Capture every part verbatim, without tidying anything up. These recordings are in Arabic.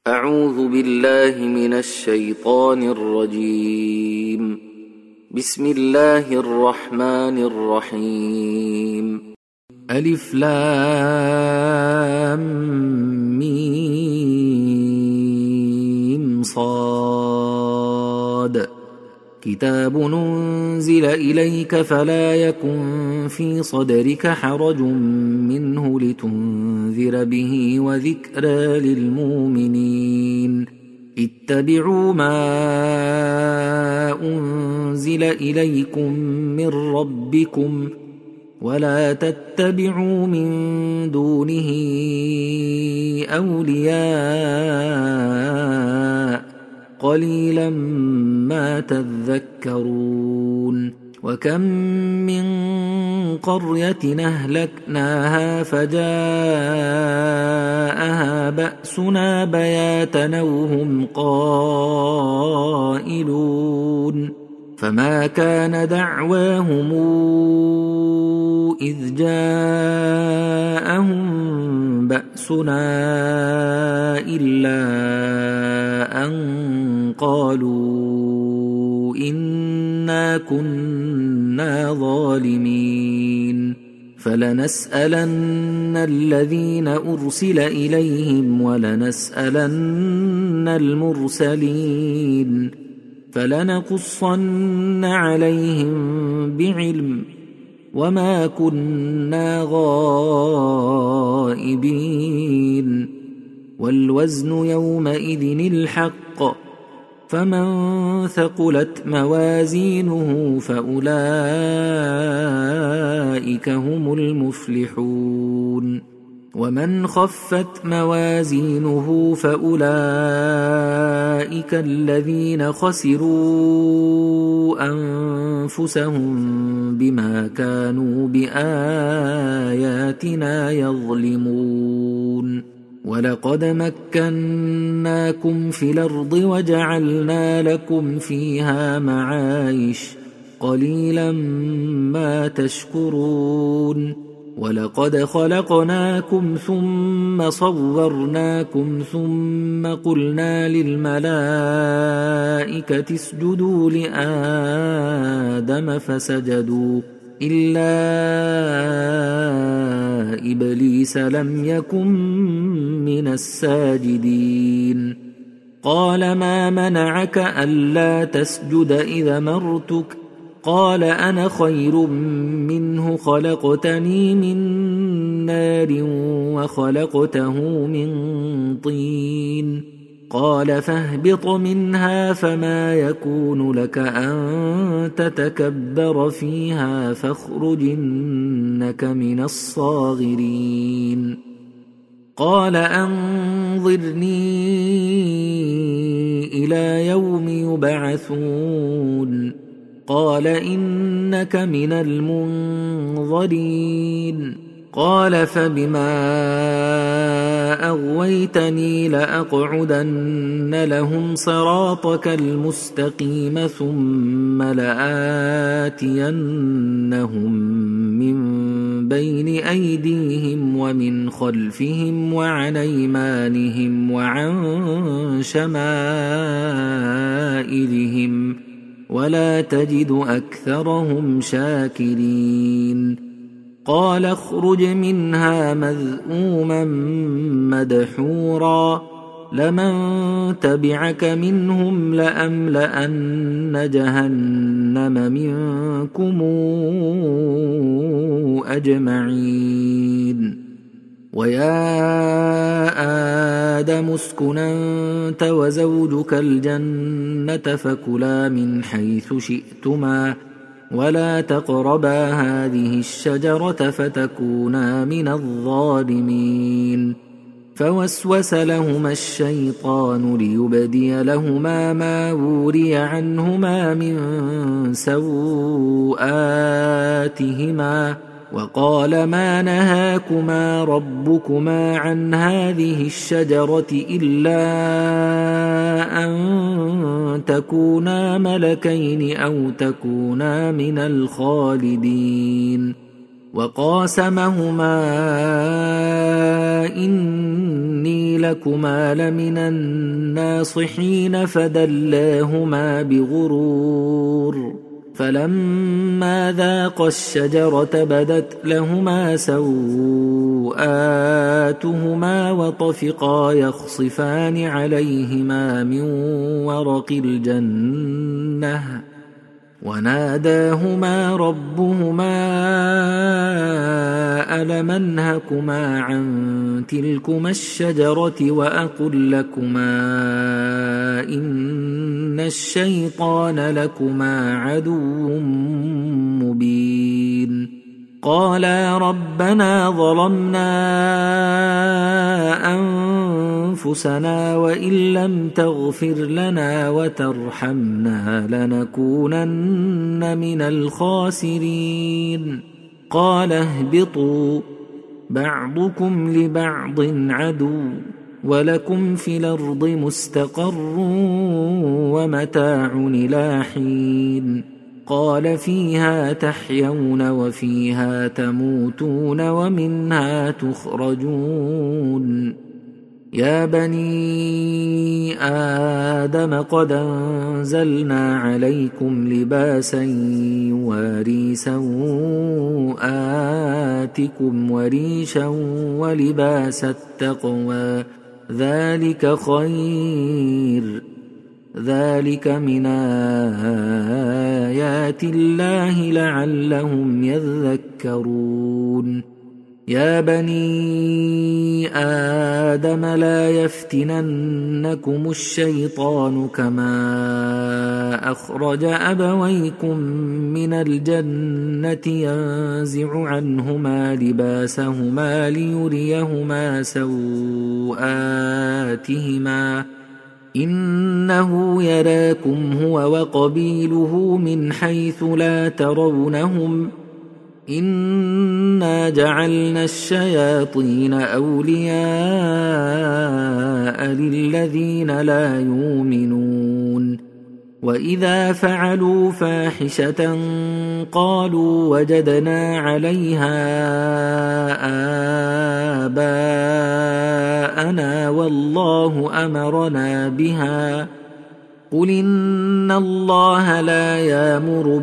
أعوذ بالله من الشيطان الرجيم. بسم الله الرحمن الرحيم. ألف لام ميم صاد. كتاب أنزل إليك فلا يكن في صدرك حرج منه لتنذر به وذكرى للمؤمنين. اتبعوا ما أنزل إليكم من ربكم ولا تتبعوا من دونه أولياء قليلا ما تذكرون. وكم من قرية أهلكناها فجاءها بأسنا بياتا وهم قائلون. فما كان دعواهم إذ جاءهم بأسنا إلا أن قالوا إنا كنا ظالمين. فلنسألن الذين أرسل إليهم ولنسألن المرسلين فلنقصن عليهم بعلم وما كنا غائبين. والوزن يومئذ الحق فمن ثقلت موازينه فأولئك هم المفلحون. ومن خفت موازينه فأولئك الذين خسروا أنفسهم بما كانوا بآياتنا يظلمون. ولقد مكناكم في الأرض وجعلنا لكم فيها معايش قليلا ما تشكرون. ولقد خلقناكم ثم صورناكم ثم قلنا للملائكة اسجدوا لآدم فسجدوا إلا إبليس لم يكن من الساجدين. قال ما منعك ألا تسجد إذ مرتك؟ قال أنا خير منه خلقتني من نار وخلقته من طين. قال فاهبط منها فما يكون لك أن تتكبر فيها فاخرج إنك من الصاغرين. قال أنظرني إلى يوم يبعثون. قال إنك من المنظرين. قال فبما أغويتني لأقعدن لهم صراطك المستقيم ثم لآتينهم من بين أيديهم ومن خلفهم وعن أيمانهم وعن شمائلهم ولا تجد أكثرهم شاكرين. قال اخرج منها مذءوما مدحورا لمن تبعك منهم لأملأن جهنم منكم أجمعين. ويا آدم اسكن أنت وزوجك الجنة فكلا من حيث شئتما ولا تقربا هذه الشجرة فتكونا من الظالمين. فوسوس لهما الشيطان ليبدي لهما ما وري عنهما من سوآتهما وقال ما نهاكما ربكما عن هذه الشجرة إلا أن تكونا ملكين أو تكونا من الخالدين. وقاسمهما إني لكما لمن الناصحين فدلاهما بغرور فلما ذاقا الشجرة بدت لهما سوآتهما وطفقا يخصفان عليهما من ورق الجنة وناداهما ربهما ألم أنهكما عن تلكما الشجرة وأقل لكما إن الشيطان لكما عدو مبين قالا ربنا ظلمنا أنفسنا وإن لم تغفر لنا وترحمنا لنكونن من الخاسرين قال اهبطوا بعضكم لبعض عدو ولكم في الأرض مستقر ومتاع إلى حين قال فيها تحيون وفيها تموتون ومنها تخرجون يا بني آدم قد أنزلنا عليكم لباسا يواري سوآتكم وريشا ولباس التقوى ذلك خير ذلك من آيات الله لعلهم يذكرون يا بني آدم لا يفتننكم الشيطان كما أخرج أبويكم من الجنة ينزع عنهما لباسهما ليريهما سوآتهما إنه يراكم هو وقبيله من حيث لا ترونهم إنا جعلنا الشياطين أولياء للذين لا يؤمنون وإذا فعلوا فاحشة قالوا وجدنا عليها آباءنا والله أمرنا بها قل إن الله لا يأمر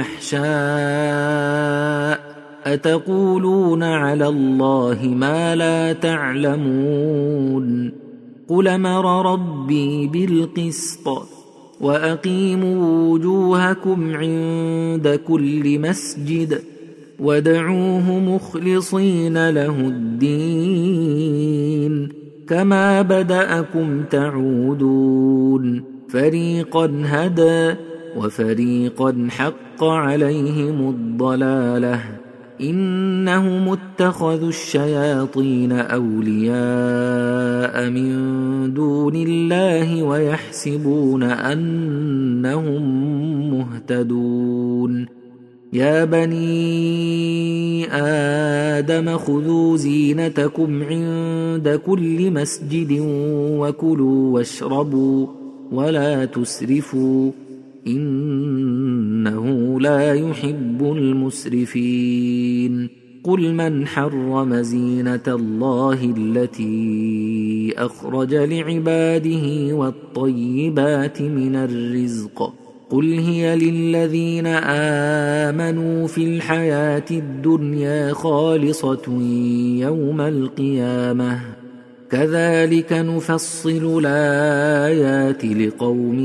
بالفحشاء أتقولون على الله ما لا تعلمون قل أمر ربي بالقسط وأقيموا وجوهكم عند كل مسجد وادعوه مخلصين له الدين كما بدأكم تعودون فريقا هدى وفريقا حق عليهم الضلالة إنهم اتخذوا الشياطين أولياء من دون الله ويحسبون أنهم مهتدون يا بني آدم خذوا زينتكم عند كل مسجد وكلوا واشربوا ولا تسرفوا إنه لا يحب المسرفين قل من حرم زينة الله التي أخرج لعباده والطيبات من الرزق قل هي للذين آمنوا في الحياة الدنيا خالصة يوم القيامة كذلك نفصل الآيات لقوم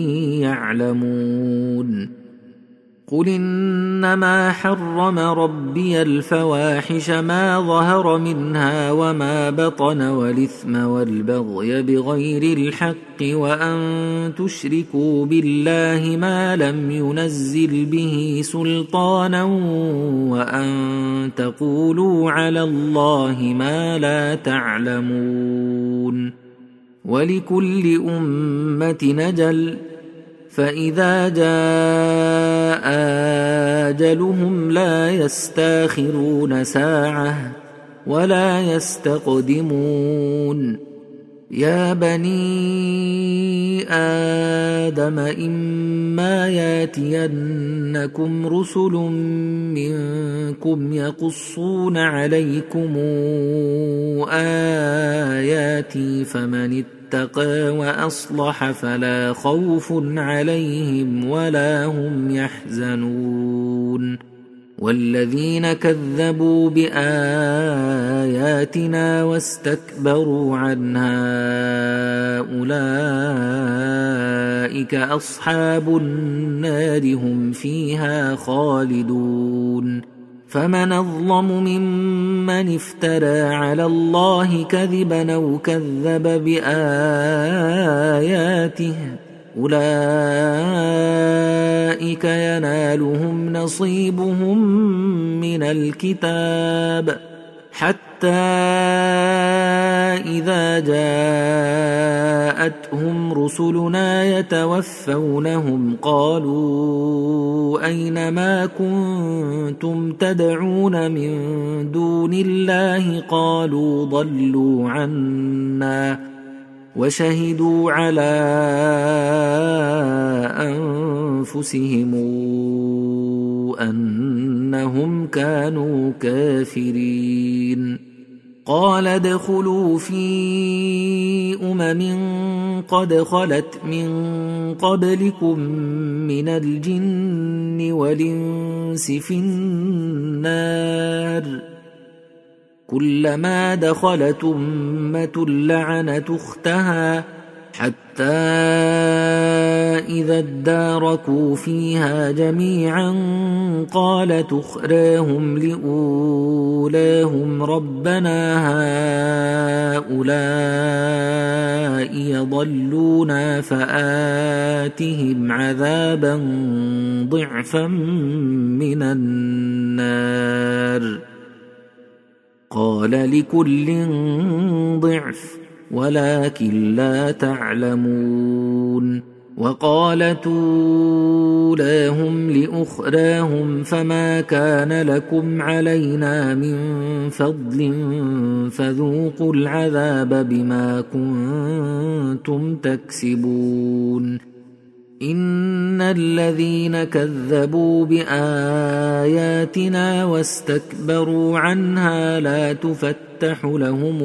يعلمون قل إنما حرم ربي الفواحش ما ظهر منها وما بطن والإثم والبغي بغير الحق وأن تشركوا بالله ما لم ينزل به سلطانا وأن تقولوا على الله ما لا تعلمون ولكل أمة نجل فإذا جاء أجلهم لا يستاخرون ساعة ولا يستقدمون يا بني آدم إما ياتينكم رسل منكم يقصون عليكم آياتي فمن اتقى وأصلح فلا خوف عليهم ولا هم يحزنون والذين كذبوا بآياتنا واستكبروا عنها أولئك أصحاب النار هم فيها خالدون فمن أظلم ممن افترى على الله كذبا أو كذب بآياته أولئك ينالهم نصيبهم من الكتاب حتى إذا جاءتهم رسلنا يتوفونهم قالوا أين ما كنتم تدعون من دون الله قالوا ضلوا عنا وشهدوا على أنفسهم أنهم كانوا كافرين قال ادخلوا في أمم قد خلت من قبلكم من الجن والإنس في النار كلما دخلت أمة لعنت أختها حتى إذا اداركوا فيها جميعا قالت أخراهم لأولاهم ربنا هؤلاء يضلونا فآتهم عذابا ضعفا من النار قال لكل ضعف ولكن لا تعلمون وقالت أولاهم لأخراهم فما كان لكم علينا من فضل فذوقوا العذاب بما كنتم تكسبون إن الذين كذبوا بآياتنا واستكبروا عنها لا تفتح لهم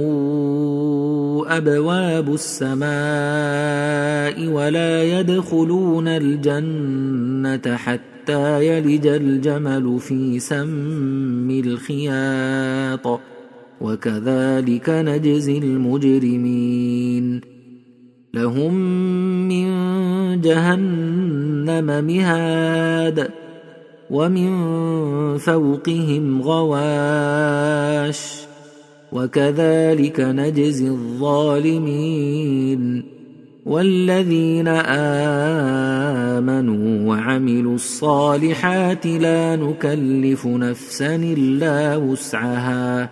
أبواب السماء ولا يدخلون الجنة حتى يلج الجمل في سم الخياط وكذلك نجزي المجرمين لهم من جهنم مهاد ومن فوقهم غواش وكذلك نجزي الظالمين والذين آمنوا وعملوا الصالحات لا نكلف نفسا إلا وسعها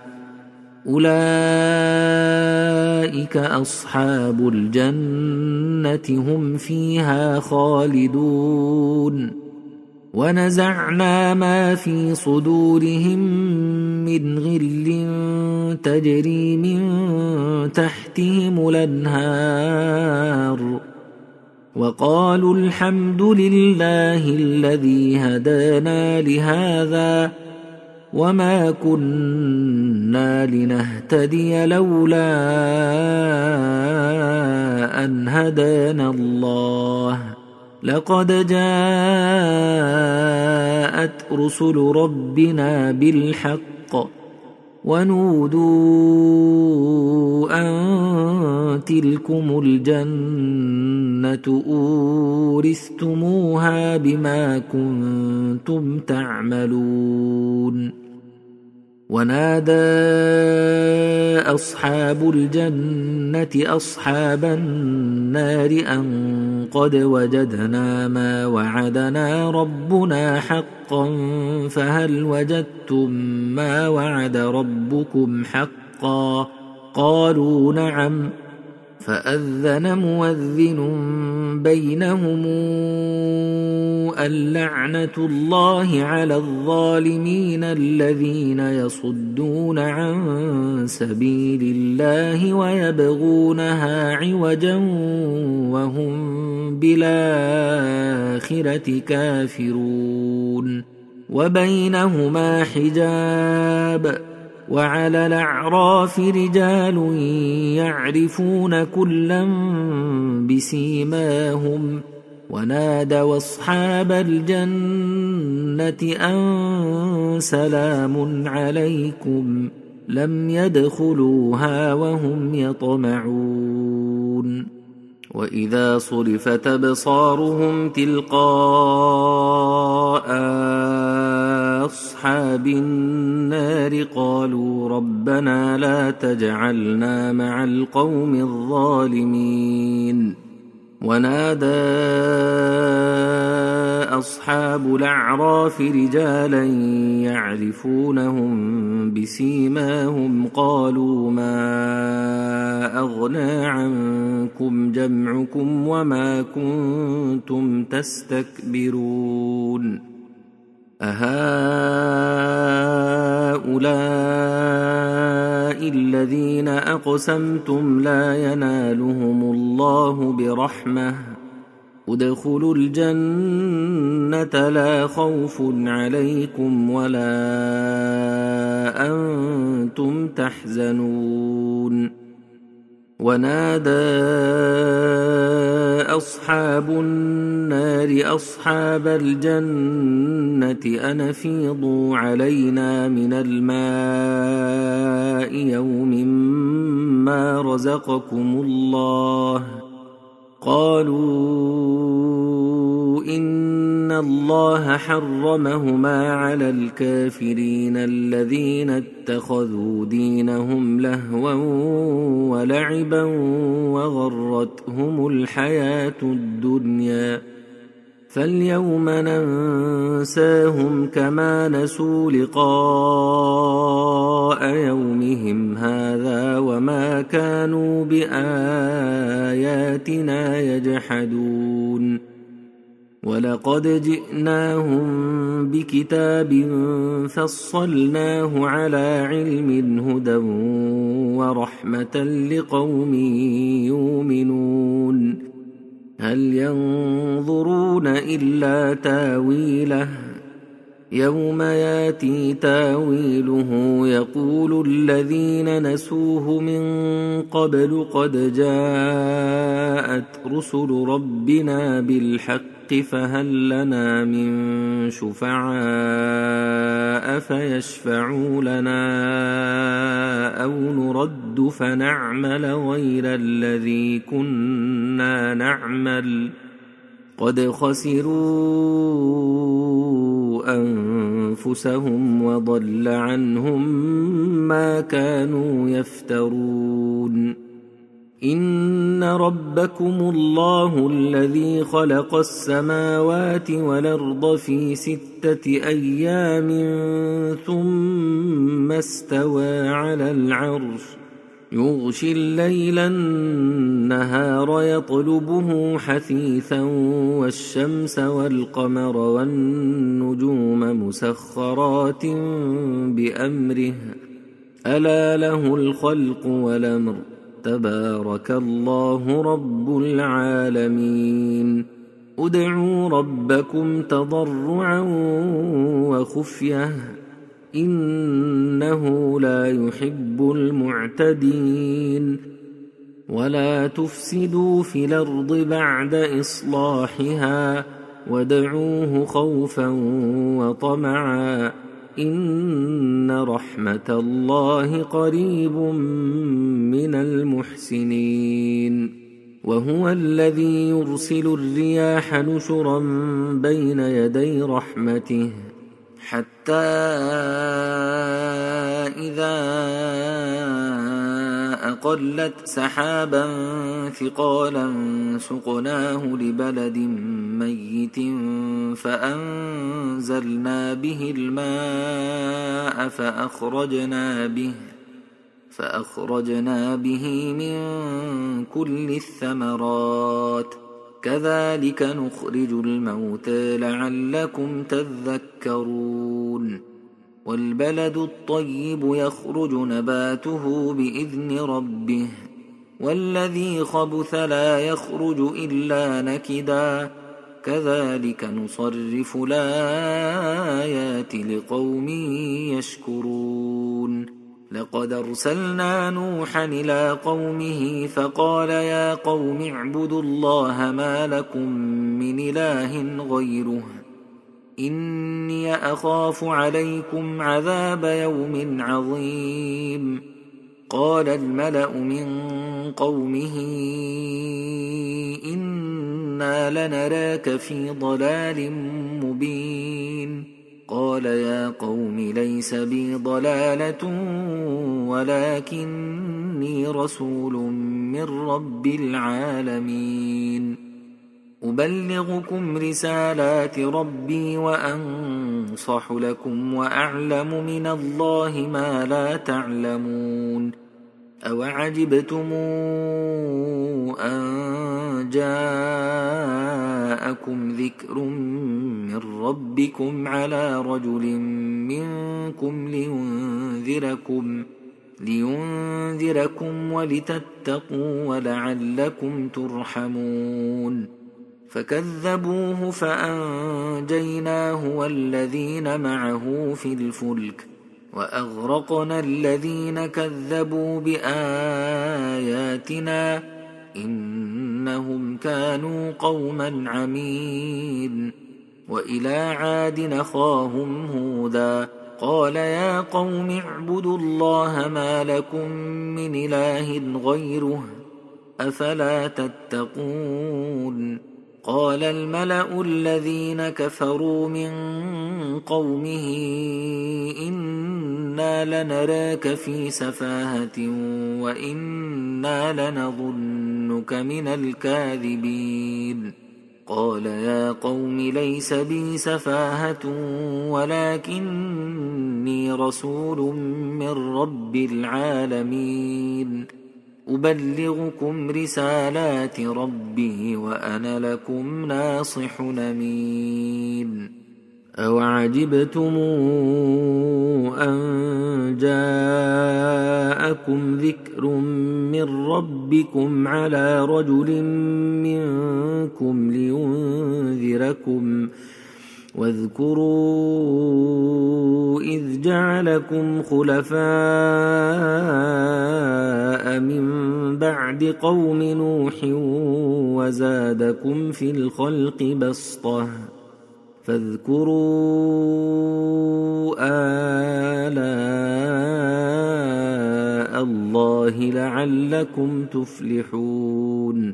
أولئك أصحاب الجنة هم فيها خالدون ونزعنا ما في صدورهم من غل تجري من تحتهم الأنهار وقالوا الحمد لله الذي هدانا لهذا وما كنا لنهتدي لولا أن هدانا الله لقد جاءت رسل ربنا بالحق ونودوا أن تلكم الجنة أورثتموها بما كنتم تعملون ونادى أصحاب الجنة أصحاب النار أن قد وجدنا ما وعدنا ربنا حقا فهل وجدتم ما وعد ربكم حقا قالوا نعم فأذن مؤذن بينهم اللعنة الله على الظالمين الذين يصدون عن سبيل الله ويبغونها عوجا وهم بالآخرة كافرون وبينهما حجاب وعلى الأعراف رجال يعرفون كلا بسيماهم ونادوا أصحاب الجنة أن سلام عليكم لم يدخلوها وهم يطمعون وإذا صرفت أبصارهم تلقاء أصحاب النار قالوا ربنا لا تجعلنا مع القوم الظالمين ونادى أصحاب الأعراف رجالا يعرفونهم بسيماهم قالوا ما أغنى عنكم جمعكم وما كنتم تستكبرون أهؤلاء الذين أقسمتم لا ينالهم الله برحمة ادخلوا الجنة لا خوف عليكم ولا أنتم تحزنون ونادى أصحاب النار أصحاب الجنة أن أفيضوا علينا من الماء يوم ما رزقكم الله قالوا إن الله حرمهما على الكافرين الذين اتخذوا دينهم لهوا ولعبا وغرتهم الحياة الدنيا فاليوم ننساهم كما نسوا لقاء يومهم هذا وما كانوا بآياتنا يجحدون ولقد جئناهم بكتاب فصلناه على علم هدى ورحمة لقوم يؤمنون هل ينظرون إلا تاويله يوم ياتي تاويله يقول الذين نسوه من قبل قد جاءت رسل ربنا بالحق فهل لنا من شفعاء فيشفعوا لنا أو نرد فنعمل غير الذي كنا نعمل قد خسروا أنفسهم وضل عنهم ما كانوا يفترون إن ربكم الله الذي خلق السماوات والأرض في ستة أيام ثم استوى على العرش يغشي الليل النهار يطلبه حثيثا والشمس والقمر والنجوم مسخرات بأمره ألا له الخلق والأمر تبارك الله رب العالمين ادعوا ربكم تضرعا وخفية إنه لا يحب المعتدين ولا تفسدوا في الأرض بعد إصلاحها وادعوه خوفا وطمعا إن رحمة الله قريب من المحسنين وهو الذي يرسل الرياح نشرا بين يدي رحمته حتى إذا أقلت سحابا ثقالا سقناه لبلد ميت فأنزلنا به الماء فأخرجنا به فأخرجنا به من كل الثمرات كذلك نخرج الموتى لعلكم تذكرون والبلد الطيب يخرج نباته بإذن ربه والذي خبث لا يخرج إلا نكدا كذلك نصرف الآيات لقوم يشكرون لقد أرسلنا نوحا إلى قومه فقال يا قوم اعبدوا الله ما لكم من إله غيره إني أخاف عليكم عذاب يوم عظيم قال الملأ من قومه إنا لنراك في ضلال مبين قال يا قوم ليس بي ضلالة ولكني رسول من رب العالمين أبلغكم رسالات ربي وأنصح لكم وأعلم من الله ما لا تعلمون أوعجبتم أن جاءكم ذكر من ربكم على رجل منكم لينذركم لينذركم ولتتقوا ولعلكم ترحمون فكذبوه فأنجيناه والذين معه في الفلك وأغرقنا الذين كذبوا بآياتنا إنهم كانوا قوما عمين وإلى عاد أخاهم هودا قال يا قوم اعبدوا الله ما لكم من إله غيره أفلا تتقون قال الملأ الذين كفروا من قومه إنا لنراك في سفاهة وإنا لنظنك من الكاذبين قال يا قوم ليس بي سفاهة ولكني رسول من رب العالمين أبلغكم رسالات ربي وأنا لكم ناصح أمين أوعجبتم أن جاءكم ذكر من ربكم على رجل منكم لينذركم واذكروا إذ جعلكم خلفاء من بعد قوم نوح وزادكم في الخلق بسطة فاذكروا آلاء الله لعلكم تفلحون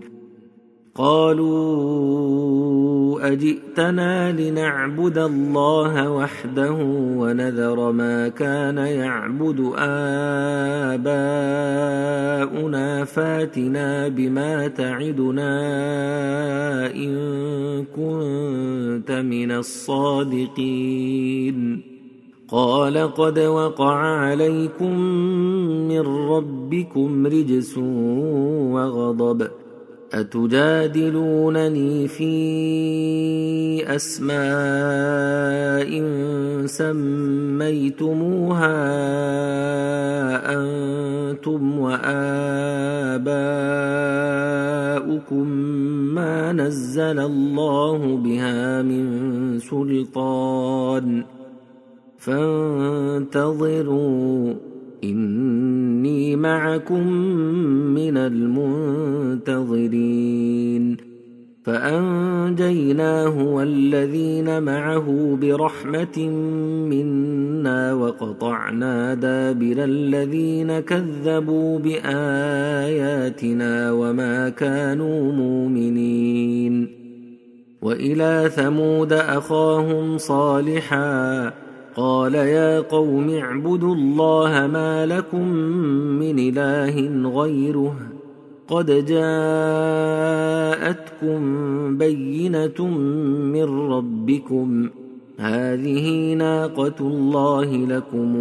قالوا أجئتنا لنعبد الله وحده ونذر ما كان يعبد آباؤنا فاتنا بما تعدنا إن كنت من الصادقين قال قد وقع عليكم من ربكم رجس وغضب أتجادلونني في أسماء سميتموها أنتم وآباؤكم ما نزل الله بها من سلطان فانتظروا إني معكم من المنتظرين فأنجيناه والذين معه برحمة منا وقطعنا دابر الذين كذبوا بآياتنا وما كانوا مؤمنين وإلى ثمود أخاهم صالحا قال يا قوم اعبدوا الله ما لكم من إله غيره قد جاءتكم بينة من ربكم هذه ناقة الله لكم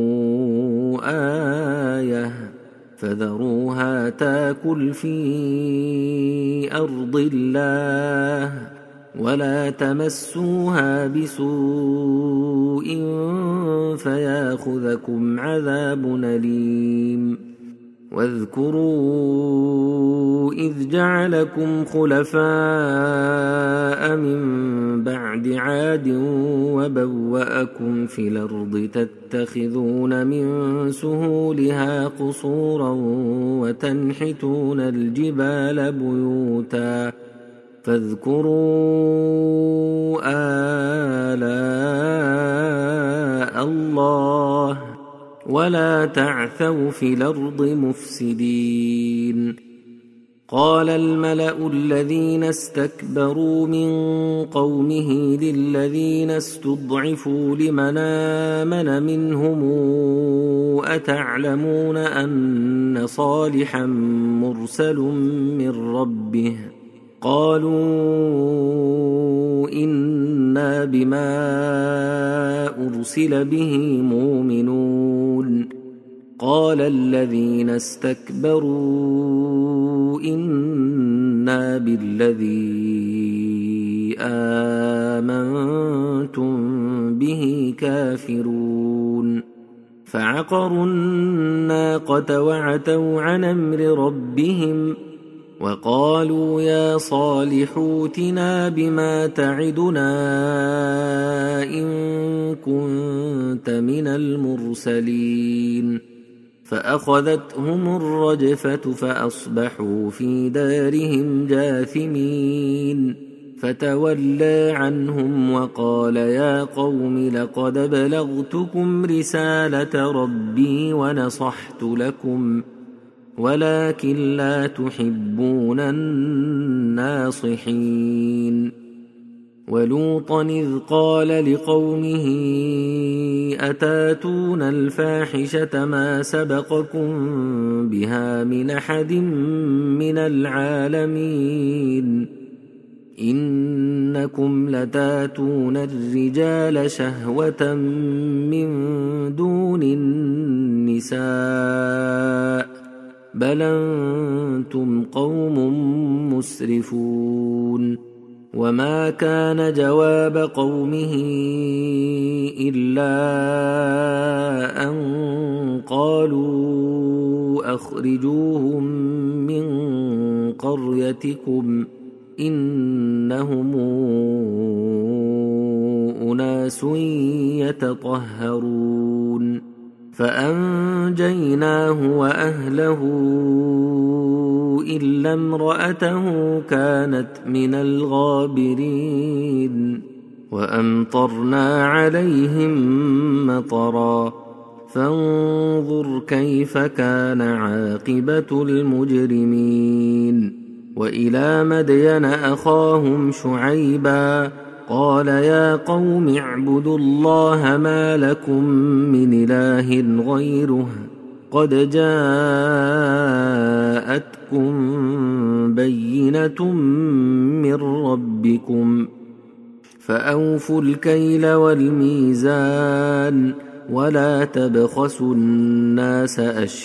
آية فذروها تاكل في أرض الله ولا تمسوها بسوء فياخذكم عذاب أليم واذكروا إذ جعلكم خلفاء من بعد عاد وبوأكم في الأرض تتخذون من سهولها قصورا وتنحتون الجبال بيوتا فاذكروا آلاء الله ولا تعثوا في الأرض مفسدين قال الملأ الذين استكبروا من قومه للذين استضعفوا لمن آمن منهم أتعلمون أن صالحا مرسل من ربه قالوا إنا بما أرسل به مؤمنون قال الذين استكبروا إنا بالذي آمنتم به كافرون فعقروا الناقة وعتوا عن أمر ربهم وقالوا يا صالح ائتنا بما تعدنا إن كنت من المرسلين فأخذتهم الرجفة فأصبحوا في دارهم جاثمين فتولى عنهم وقال يا قوم لقد بلغتكم رسالة ربي ونصحت لكم ولكن لا تحبون الناصحين ولوطا إذ قال لقومه أتاتون الفاحشة ما سبقكم بها من أحد من العالمين إنكم لتاتون الرجال شهوة من دون النساء بل أنتم قوم مسرفون وما كان جواب قومه إلا أن قالوا أخرجوهم من قريتكم إنهم أناس يتطهرون فأنجيناه وأهله إلا امرأته كانت من الغابرين وأمطرنا عليهم مطرا فانظر كيف كان عاقبة المجرمين وإلى مدين أخاهم شعيبا قال يا قوم اعبدوا الله ما لكم من إله غيره قد جاءتكم بينة من ربكم فأوفوا الكيل والميزان ولا تبخسوا الناس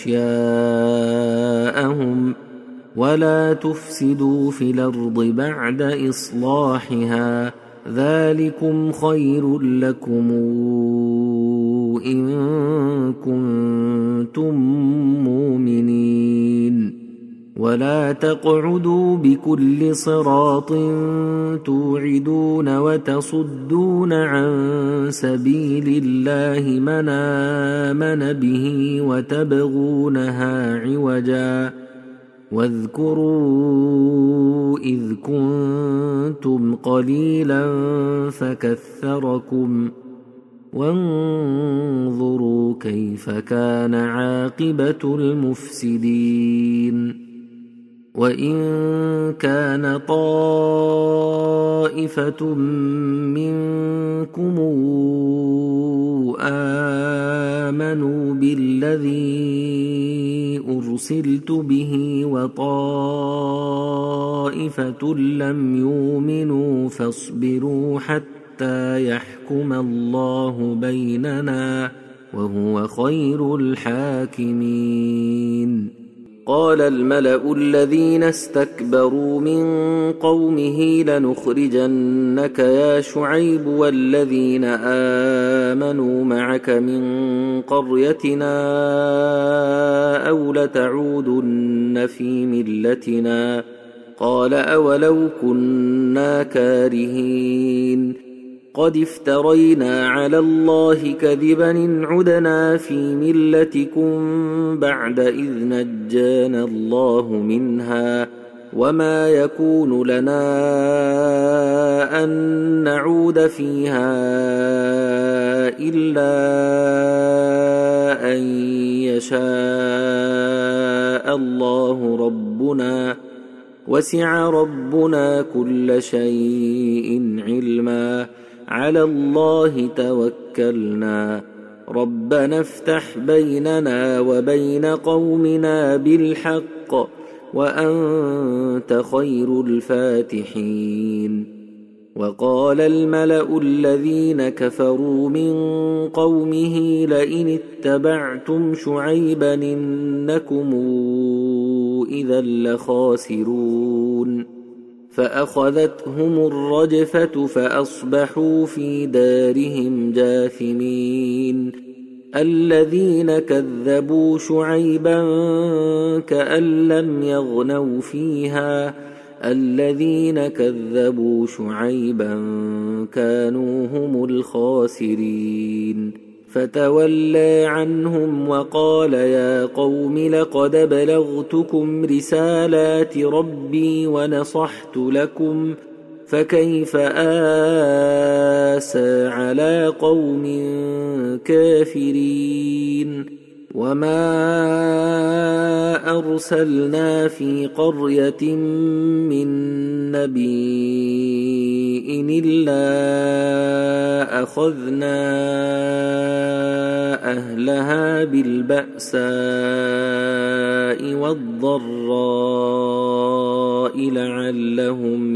أشياءهم ولا تفسدوا في الأرض بعد إصلاحها ذلكم خير لكم إن كنتم مؤمنين ولا تقعدوا بكل صراط توعدون وتصدون عن سبيل الله من آمن به وتبغونها عوجا واذكروا إذ كنتم قليلا فكثركم وانظروا كيف كان عاقبة المفسدين وإن كان طائفة منكم آمنوا بالذي أرسلت به وطائفة لم يؤمنوا فاصبروا حتى حتى يحكم الله بيننا وهو خير الحاكمين. قال الملأ الذين استكبروا من قومه لنخرجنك يا شعيب والذين آمنوا معك من قريتنا أو لتعودن في ملتنا. قال أولو كنا كارهين قد افترينا على الله كذبا إن عدنا في ملتكم بعد إذ نجانا الله منها وما يكون لنا أن نعود فيها إلا أن يشاء الله ربنا وسع ربنا كل شيء علما على الله توكلنا ربنا افتح بيننا وبين قومنا بالحق وأنت خير الفاتحين. وقال الملأ الذين كفروا من قومه لئن اتبعتم شعيبا إنكم إذا لخاسرون فأخذتهم الرجفة فأصبحوا في دارهم جاثمين. الذين كذبوا شعيبا كأن لم يغنوا فيها الذين كذبوا شعيبا كانوا هم الخاسرين. فتولى عنهم وقال يا قوم لقد بلغتكم رسالات ربي ونصحت لكم فكيف آسى على قوم كافرين. وما أرسلنا في قرية من نبي إلا أخذنا أهلها بالبأساء والضراء لعلهم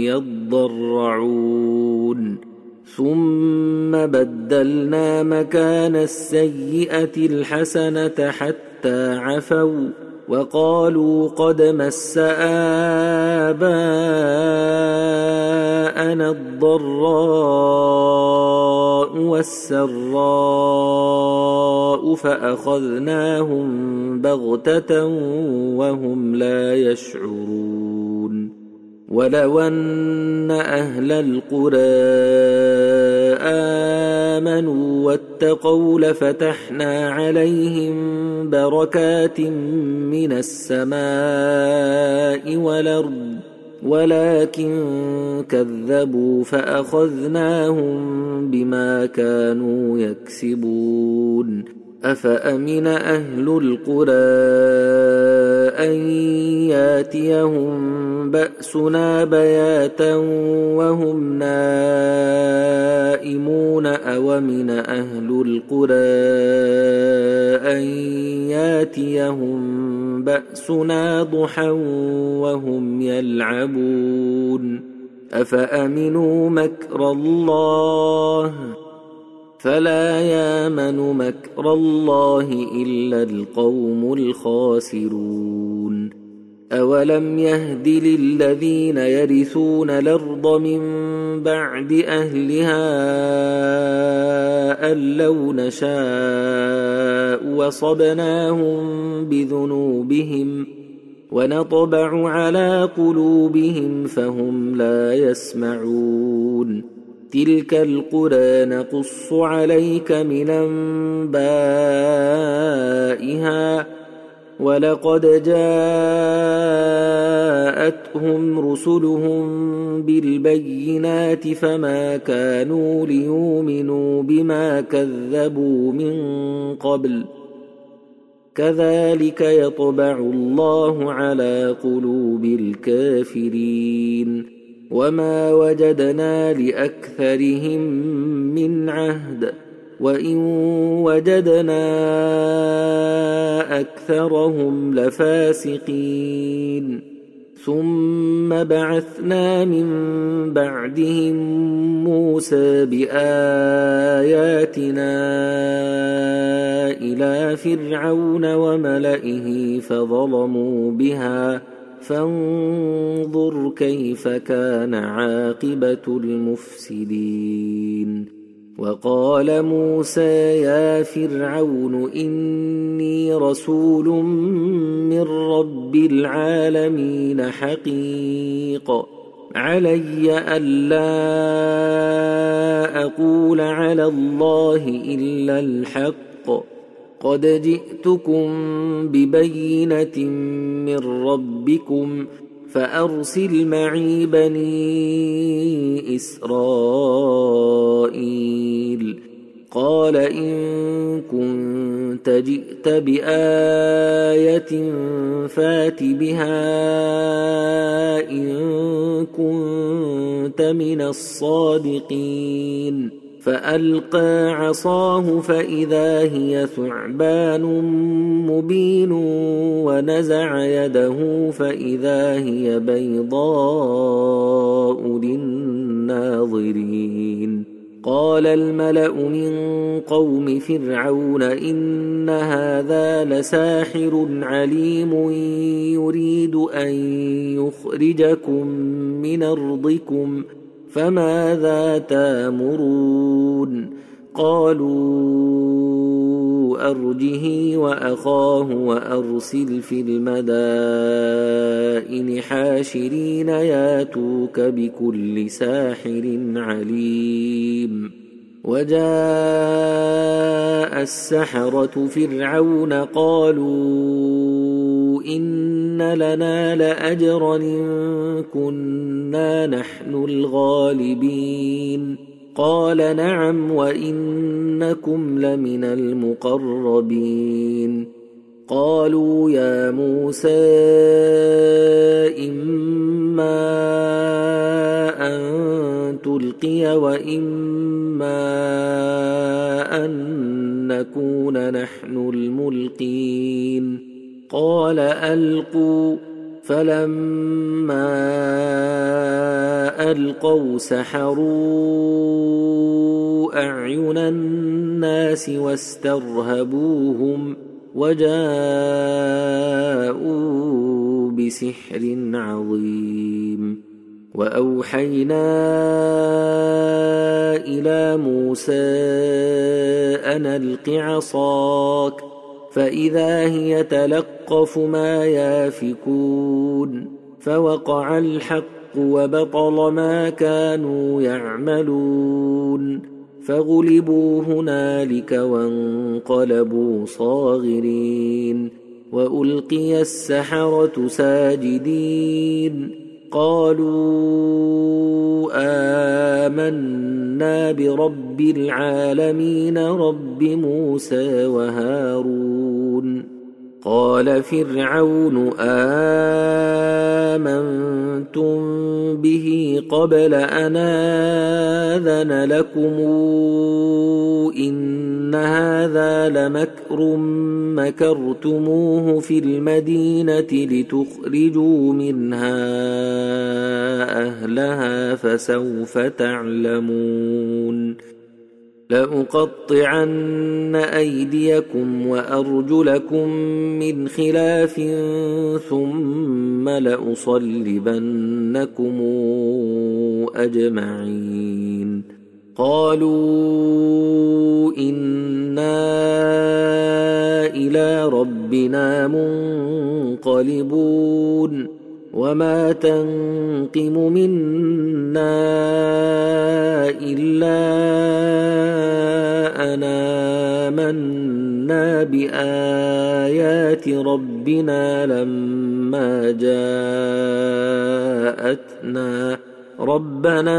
يضرعون ثم بدلنا مكان السيئة الحسنة حتى عفوا وقالوا قد مس آباءنا الضراء والسراء فأخذناهم بغتة وهم لا يشعرون. ولو أن أهل القرى آمنوا واتقوا لفتحنا عليهم بركات من السماء والأرض ولكن كذبوا فأخذناهم بما كانوا يكسبون. أفأمن أهل القرى أن ياتيهم بأسنا بياتا وهم نائمون أومن أهل القرى أن ياتيهم بأسنا ضحى وهم يلعبون. أفأمنوا مكر الله فلا يامن مكر الله إلا القوم الخاسرون. أولم يهد للذين يرثون الأرض من بعد أهلها أن لو نشاء وصبناهم بذنوبهم ونطبع على قلوبهم فهم لا يسمعون. تلك القرى نقص عليك من أنبائها ولقد جاءتهم رسلهم بالبينات فما كانوا ليؤمنوا بما كذبوا من قبل كذلك يطبع الله على قلوب الكافرين. وما وجدنا لأكثرهم من عهد وإن وجدنا أكثرهم لفاسقين. ثم بعثنا من بعدهم موسى بآياتنا إلى فرعون وملئه فظلموا بها فانظر كيف كان عاقبة المفسدين. وقال موسى يا فرعون إني رسول من رب العالمين حقيق علي ألا أقول على الله إلا الحق قد جئتكم ببينة من ربكم فأرسل معي بني إسرائيل. قال إن كنت جئت بآية فات بها إن كنت من الصادقين. فألقى عصاه فإذا هي ثعبان مبين ونزع يده فإذا هي بيضاء للناظرين. قال الملأ من قوم فرعون إن هذا لساحر عليم يريد أن يخرجكم من أرضكم فماذا تأمرون؟ قالوا أرجه وأخاه وأرسل في المدائن حاشرين ياتوك بكل ساحر عليم. وجاء السحرة فرعون قالوا إن لنا لأجرا إن كنا نحن الغالبين. قال نعم وإنكم لمن المقربين. قالوا يا موسى إما أن تلقي وإما أن نكون نحن الملقين. قال ألقوا فلما ألقوا سحروا أعين الناس واسترهبوهم وجاءوا بسحر عظيم. وأوحينا إلى موسى أن ألق عصاك فإذا هي تلقف ما يافكون. فوقع الحق وبطل ما كانوا يعملون فغلبوا هنالك وانقلبوا صاغرين. وألقي السحرة ساجدين قالوا آمنا برب العالمين رب موسى وهارون. قال فرعون آمنتم به قبل أن آذن لكم إن هذا لمكر مكرتموه في المدينة لتخرجوا منها أهلها فسوف تعلمون. لأقطعن أيديكم وأرجلكم من خلاف ثم لأصلبنكم أجمعين. قالوا إنا إلى ربنا منقلبون. وما تنقم منا إلا أن آمنا بآيات ربنا لما جاءتنا ربنا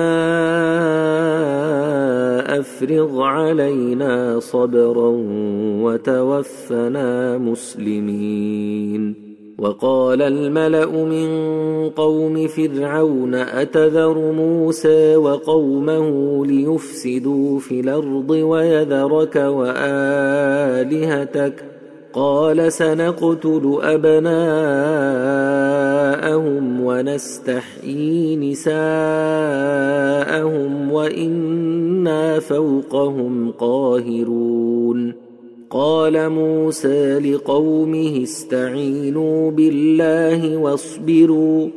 أفرغ علينا صبرا وتوفنا مسلمين. وقال الملأ من قوم فرعون أتذر موسى وقومه ليفسدوا في الأرض ويذرك وآلهتك قال سنقتل أبناءهم نساءهم ونستحيي نساءهم وإنا فوقهم قاهرون قال موسى لقومه استعينوا بالله واصبروا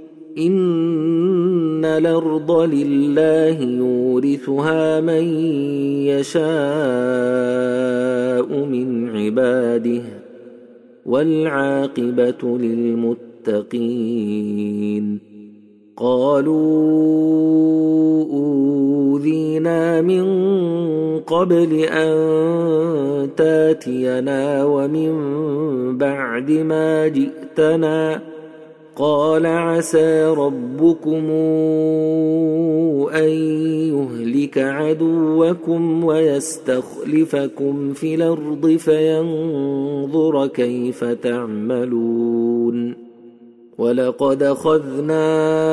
إن الأرض لله يورثها من يشاء من عباده والعاقبة للمتقين قالوا أوذينا من قبل أن تاتينا ومن بعد ما جئتنا قال عسى ربكم أن يهلك عدوكم ويستخلفكم في الأرض فينظر كيف تعملون ولقد أخذنا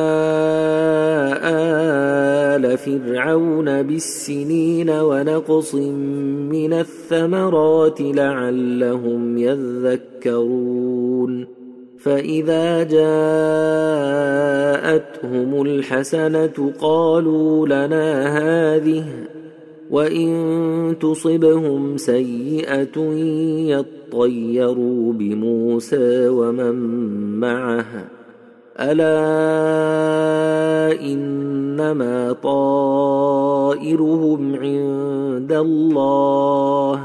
آل فرعون بالسنين ونقص من الثمرات لعلهم يذكرون فإذا جاءتهم الحسنة قالوا لنا هذه وإن تصبهم سيئة يطيروا بموسى ومن معه ألا إنما طائرهم عند الله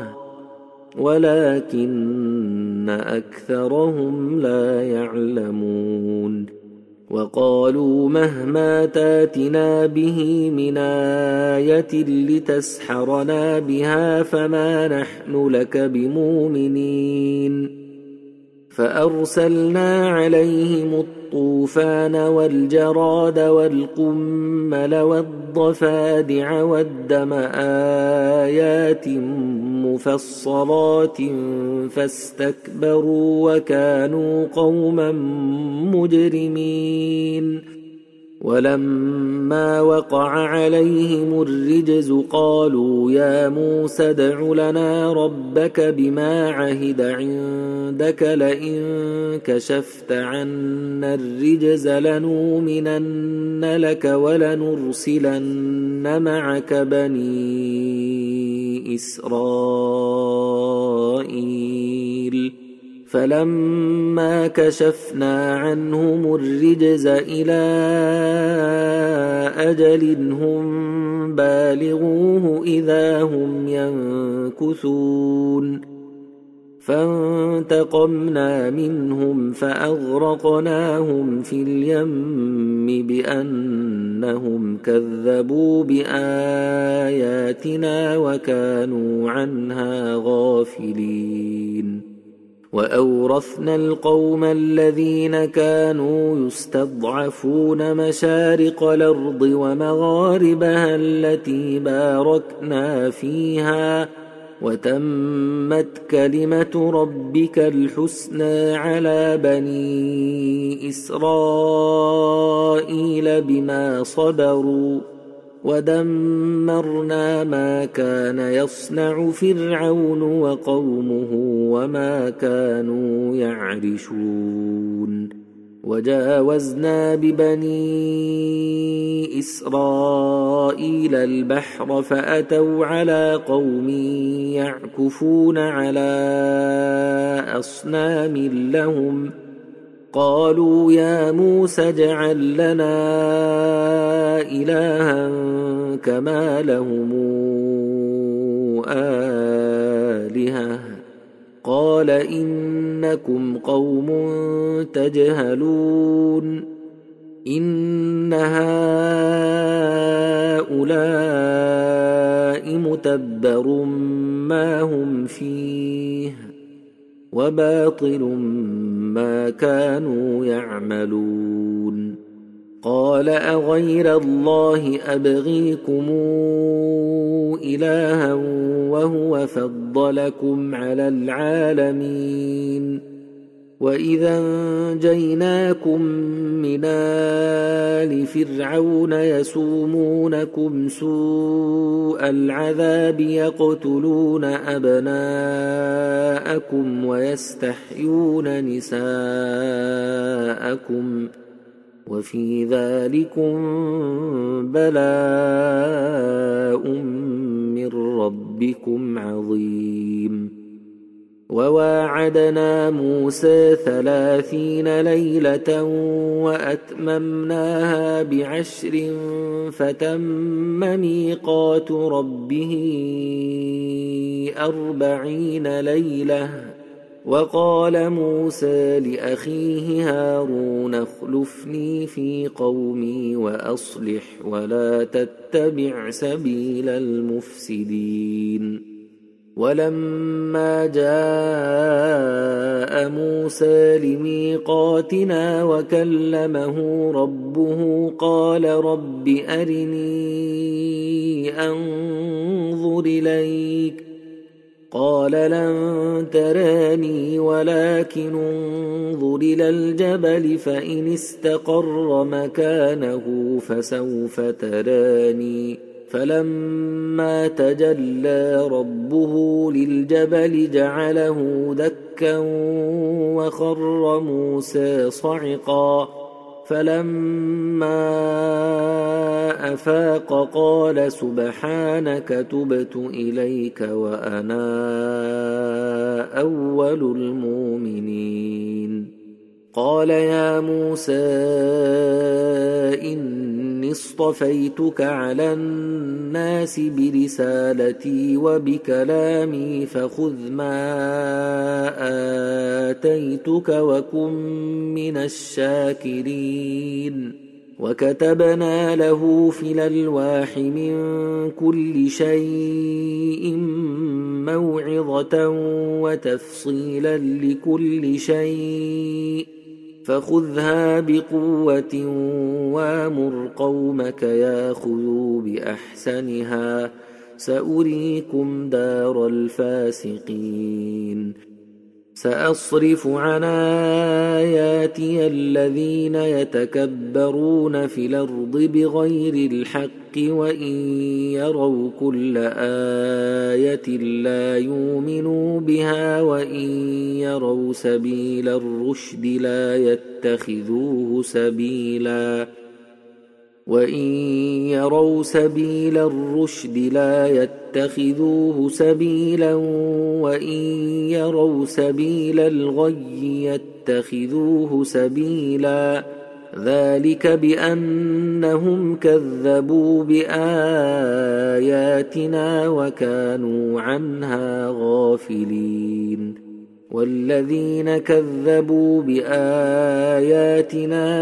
ولكن أكثرهم لا يعلمون وقالوا مهما تاتنا به من آية لتسحرنا بها فما نحن لك بمؤمنين فأرسلنا عليهم الطوفان والجراد والقمل والضفادع والدم آيات مفصلات فاستكبروا وكانوا قوما مجرمين ولما وقع عليهم الرجز قالوا يا موسى ادع لنا ربك بما عهد عندك لئن كشفت عنا الرجز لنؤمنن لك ولنرسلن معك بني إسرائيل فلما كشفنا عنهم الرجز إلى أجل هم بالغوه إذا هم ينكثون فانتقمنا منهم فأغرقناهم في اليم بأنهم كذبوا بآياتنا وكانوا عنها غافلين وأورثنا القوم الذين كانوا يستضعفون مشارق الأرض ومغاربها التي باركنا فيها وتمت كلمة ربك الحسنى على بني إسرائيل بما صبروا ودمرنا ما كان يصنع فرعون وقومه وما كانوا يعرشون وجاوزنا ببني إسرائيل البحر فأتوا على قوم يعكفون على أصنام لهم قالوا يا موسى اجعل لنا إلها كما لهم آلهة قال إنكم قوم تجهلون إن هؤلاء متبر ما هم فيه وباطل ما كانوا يعملون قال أغير الله أبغيكم إلها وهو فضلكم على العالمين وإذا أنجيناكم من آل فرعون يسومونكم سوء العذاب يقتلون أبناءكم ويستحيون نساءكم وفي ذلكم بلاء من ربكم عظيم. وواعدنا موسى ثلاثين ليلة وأتممناها بعشر فتم ميقات ربه أربعين ليلة. وقال موسى لأخيه هارون اخلفني في قومي وأصلح ولا تتبع سبيل المفسدين. ولما جاء موسى لميقاتنا وكلمه ربه قال رب أرني أنظر إليك قال لن تراني ولكن انظر إلى الجبل فإن استقر مكانه فسوف تراني. فلما تجلى ربه للجبل جعله دكا وخر موسى صعقا. فلما أفاق قال سبحانك تبت إليك وأنا أول المؤمنين. قال يا موسى إني اصطفيتك على الناس برسالتي وبكلامي فخذ ما آتيتك وكن من الشاكرين. وكتبنا له في الألواح من كل شيء موعظة وتفصيلا لكل شيء فخذها بقوة وامر قومك ياخذوا بأحسنها سأريكم دار الفاسقين. سأصرف عن آياتي الذين يتكبرون في الأرض بغير الحق وإن يروا كل آية لا يؤمنوا بها وإن يروا سبيل الرشد لا يتخذوه سبيلا وإن يروا سبيل الرشد لا يتخذوه سبيلا وإن يروا سبيل الغي يتخذوه سبيلا. ذلك بأنهم كذبوا بآياتنا وكانوا عنها غافلين. والذين كذبوا بآياتنا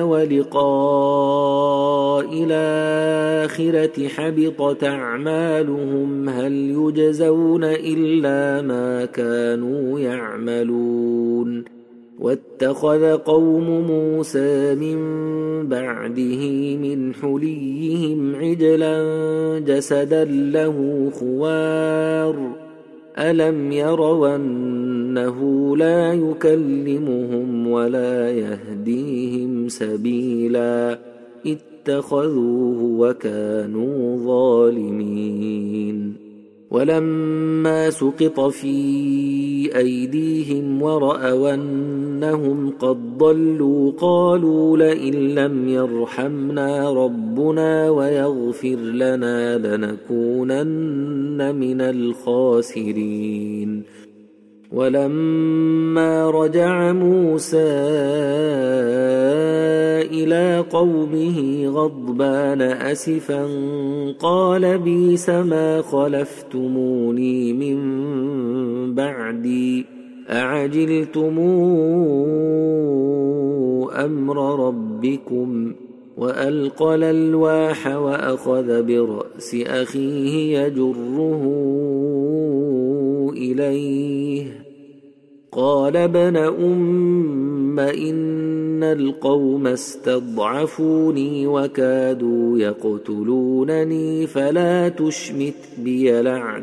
ولقاء الآخرة حبطت أعمالهم هل يجزون إلا ما كانوا يعملون. واتخذ قوم موسى من بعده من حليهم عجلا جسدا له خوار ألم يروا أنه لا يكلمهم ولا يهديهم سبيلا اتخذوه وكانوا ظالمين. ولما سقط في أيديهم ورأوا أنهم قد ضلوا قالوا لئن لم يرحمنا ربنا ويغفر لنا لنكونن من الخاسرين. ولما رجع موسى إلى قومه غضبان أسفا قال بئس ما خلفتموني من بعدي أعجلتم أمر ربكم. وألقى الألواح وأخذ برأس أخيه يجره إليه قال ابن أم ثم إن القوم استضعفوني وكادوا يقتلونني فلا تشمت بي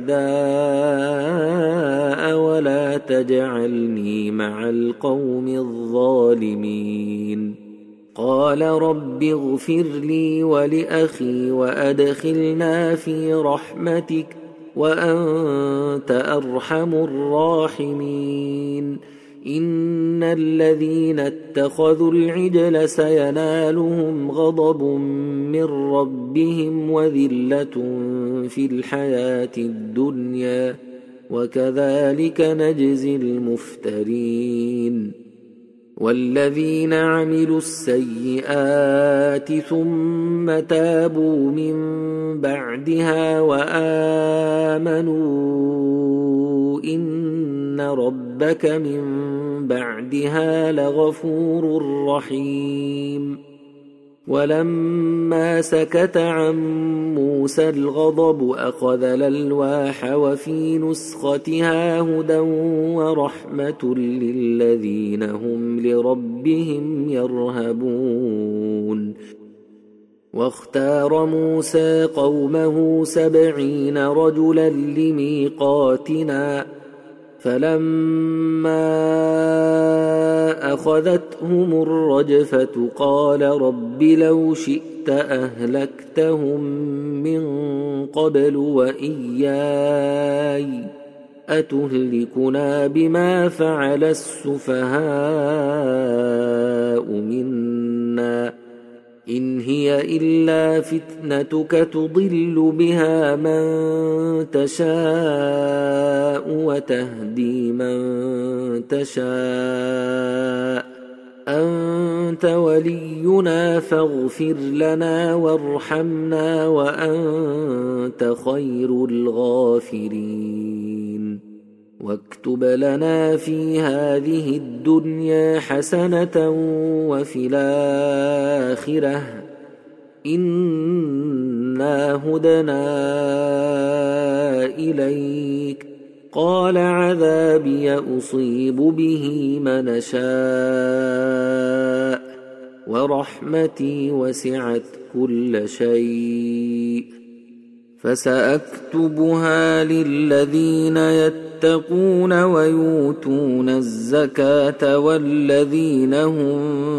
الأعداء ولا تجعلني مع القوم الظالمين. قال رب اغفر لي ولأخي وأدخلنا في رحمتك وأنت أرحم الراحمين. إن الذين اتخذوا العجل سينالهم غضب من ربهم وذلة في الحياة الدنيا وكذلك نجزي المفترين. والذين عملوا السيئات ثم تابوا من بعدها وآمنوا إن ربك من بعدها لغفور رحيم. ولما سكت عن موسى الغضب أخذ الألواح وفي نسختها هدى ورحمة للذين هم لربهم يرهبون. واختار موسى قومه سبعين رجلا لميقاتنا فلما أخذتهم الرجفة قال رب لو شئت أهلكتهم من قبل وإياي أتهلكنا بما فعل السفهاء منا إن هي إلا فتنتك تضل بها من تشاء وتهدي من تشاء أنت ولينا فاغفر لنا وارحمنا وأنت خير الغافرين. واكتب لنا في هذه الدنيا حسنة وفي الآخرة إنا هدنا إليك. قال عذابي أصيب به من شاء ورحمتي وسعت كل شيء فسأكتبها للذين يتقون ويؤتون الزكاة والذين هم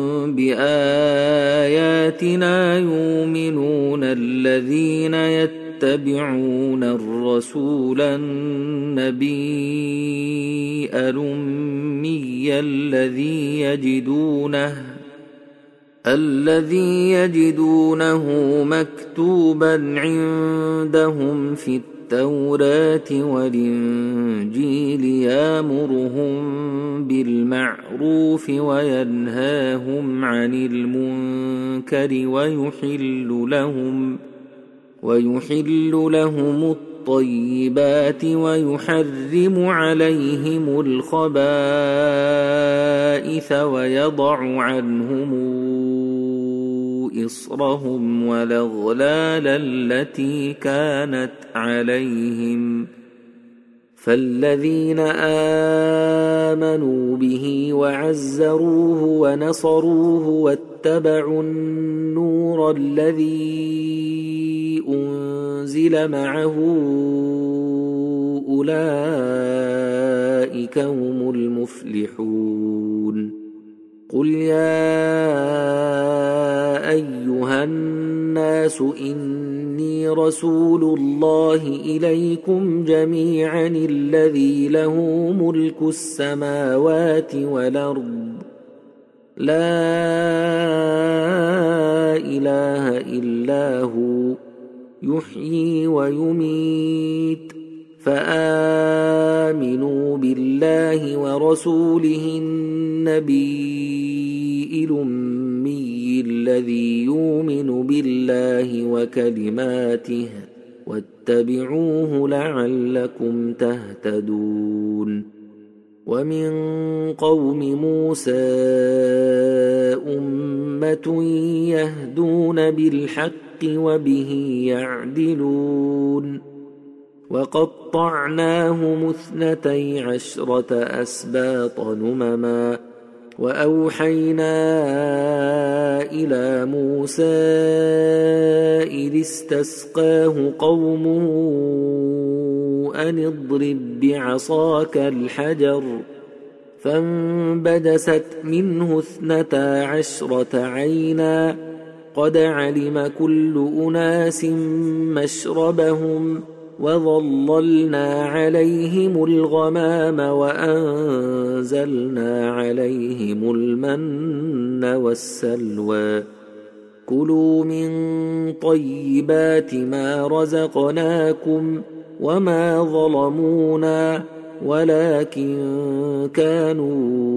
بآياتنا يؤمنون. الذين يتبعون الرسول النبي الأمي الذي يجدونه الذي يجدونه مكتوبا عندهم في التوراة والإنجيل يأمرهم بالمعروف وينهاهم عن المنكر ويحل لهم ويحل لهم الطيبات ويحرم عليهم الخبائث ويضع عنهم إصرهم والأغلال التي كانت عليهم. فالذين آمنوا به وعزروه ونصروه واتبعوا النور الذي أنزل معه أولئك هم المفلحون. قل يا أيها الناس إني رسول الله إليكم جميعا الذي له ملك السماوات والأرض لا إله إلا هو يحيي ويميت فآمنوا بالله ورسوله النبي الأمي الذي يؤمن بالله وكلماته واتبعوه لعلكم تهتدون. ومن قوم موسى أمة يهدون بالحق وبه يعدلون. وقطعناهم اثنتي عشرة أسباط نمما وأوحينا إلى موسى إذ استسقاه قومه أن اضرب بعصاك الحجر فانبجست منه اثنتا عشرة عينا قد علم كل أناس مشربهم وظللنا عليهم الغمام وأنزلنا عليهم المن والسلوى كلوا من طيبات ما رزقناكم وما ظلمونا ولكن كانوا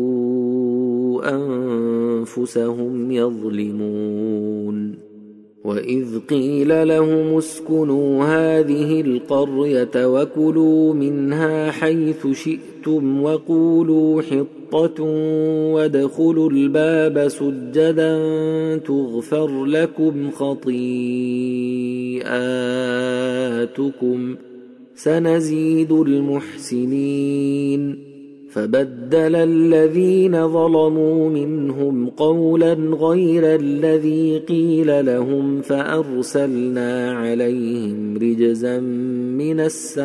أنفسهم يظلمون وإذ قيل لهم اسكنوا هذه القرية وكلوا منها حيث شئتم وقولوا حطة وادخلوا الباب سجدا تغفر لكم خطيئاتكم سنزيد المحسنين فبدل الذين ظلموا منهم قولا غير الذي قيل لهم فأرسلنا عليهم رجزا من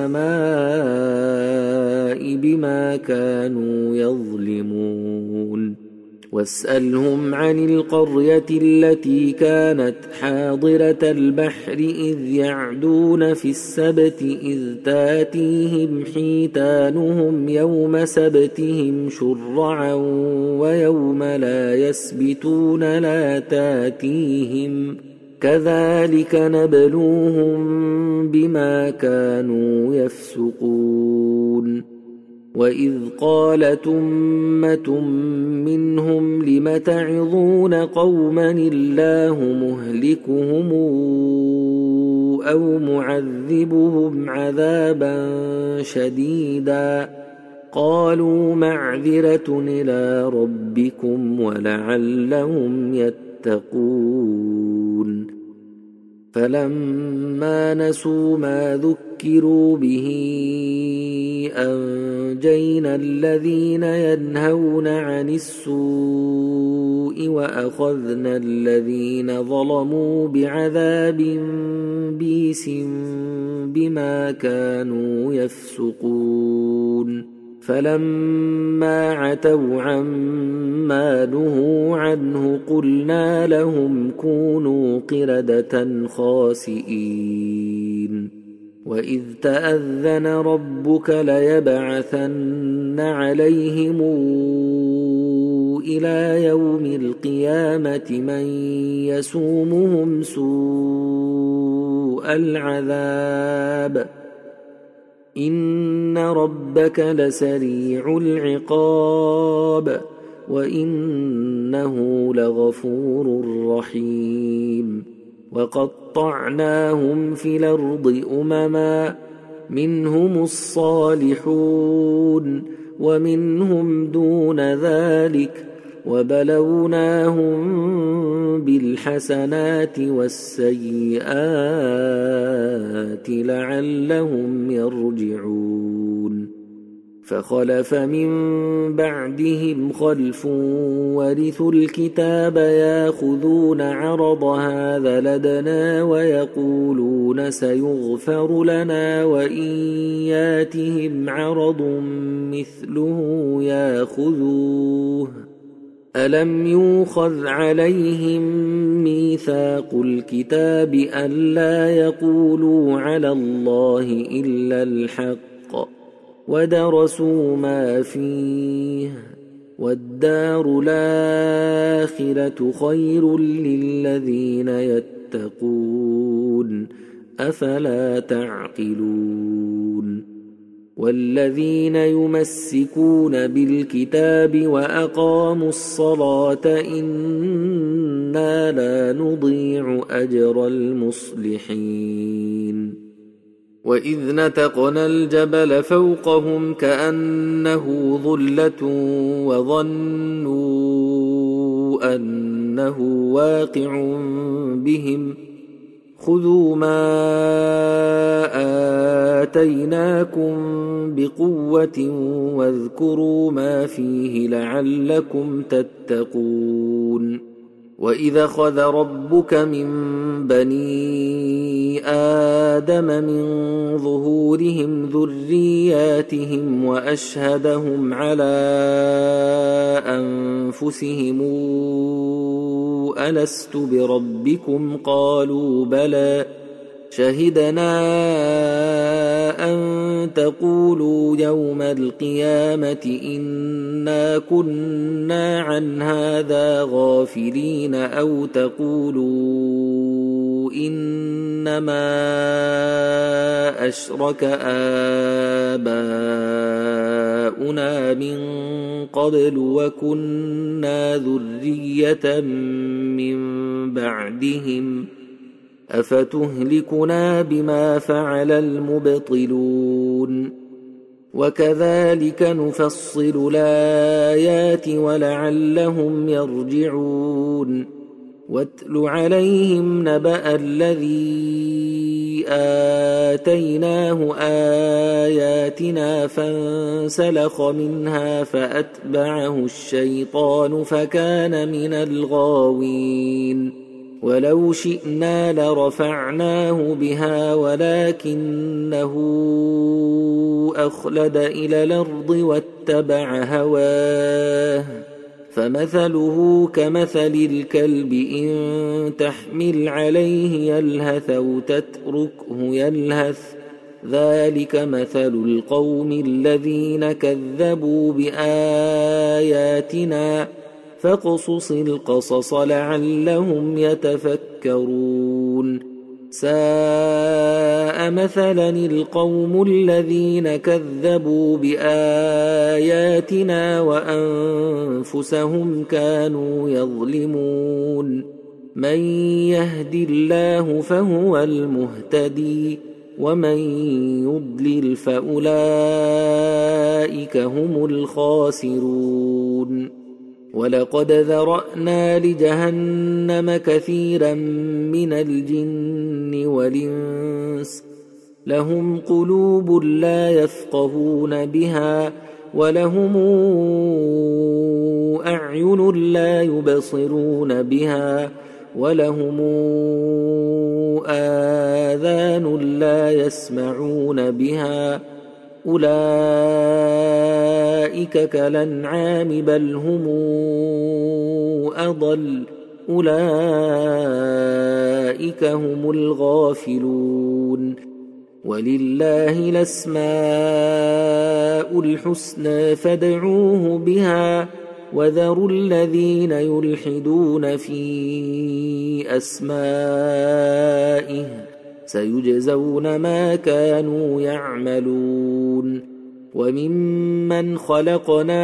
السماء بما كانوا يظلمون واسألهم عن القرية التي كانت حاضرة البحر إذ يعدون في السبت إذ تاتيهم حيتانهم يوم سبتهم شرعا ويوم لا يسبتون لا تاتيهم كذلك نبلوهم بما كانوا يفسقون وإذ قالت أمة منهم لم تعظون قوما الله مهلكهم أو معذبهم عذابا شديدا قالوا معذرة إلى ربكم ولعلهم يتقون فلما نسوا ما ذكروا به أنجينا الذين ينهون عن السوء وأخذنا الذين ظلموا بعذاب بئيس بما كانوا يفسقون فلما عتوا عما نهوا عنه قلنا لهم كونوا قردة خاسئين وإذ تأذن ربك ليبعثن عليهم إلى يوم القيامة من يسومهم سوء العذاب إن ربك لسريع العقاب وإنه لغفور رحيم وقطعناهم في الأرض أمما منهم الصالحون ومنهم دون ذلك وبلوناهم بالحسنات والسيئات لعلهم يرجعون فخلف من بعدهم خلف ورثوا الكتاب ياخذون عرض هذا لدنا ويقولون سيغفر لنا وإن ياتهم عرض مثله ياخذوه ألم يؤخذ عليهم ميثاق الكتاب ألا يقولوا على الله إلا الحق ودرسوا ما فيه والدار الآخرة خير للذين يتقون أفلا تعقلون والذين يمسكون بالكتاب وأقاموا الصلاة إنا لا نضيع أجر المصلحين وإذ نتقنا الجبل فوقهم كأنه ظلة وظنوا أنه واقع بهم خذوا ما آتيناكم بقوة واذكروا ما فيه لعلكم تتقون وإذا أخذ ربك من بني آدم من ظهورهم ذرياتهم وأشهدهم على أنفسهم ألست بربكم قالوا بلى شهدنا أن تقولوا يوم القيامة إنا كنا عن هذا غافلين أو تقولوا إنما أشرك آباؤنا من قبل وكنا ذرية من بعدهم أفتهلكنا بما فعل المبطلون وكذلك نفصل الآيات ولعلهم يرجعون واتل عليهم نبأ الذي آتيناه آياتنا فانسلخ منها فأتبعه الشيطان فكان من الغاوين ولو شئنا لرفعناه بها ولكنه أخلد إلى الأرض واتبع هواه فمثله كمثل الكلب إن تحمل عليه يلهث أو تتركه يلهث ذلك مثل القوم الذين كذبوا بآياتنا فاقصص القصص لعلهم يتفكرون ساء مثلا القوم الذين كذبوا بآياتنا وأنفسهم كانوا يظلمون من يهد الله فهو المهتدي ومن يضلل فأولئك هم الخاسرون ولقد ذرأنا لجهنم كثيرا من الجن والإنس لهم قلوب لا يفقهون بها ولهم أعين لا يبصرون بها ولهم آذان لا يسمعون بها أولئك كالأنعام بل هم أضل أولئك هم الغافلون ولله الأسماء الحسنى فادعوه بها وذروا الذين يلحدون في أسمائه سيجزون ما كانوا يعملون وممن خلقنا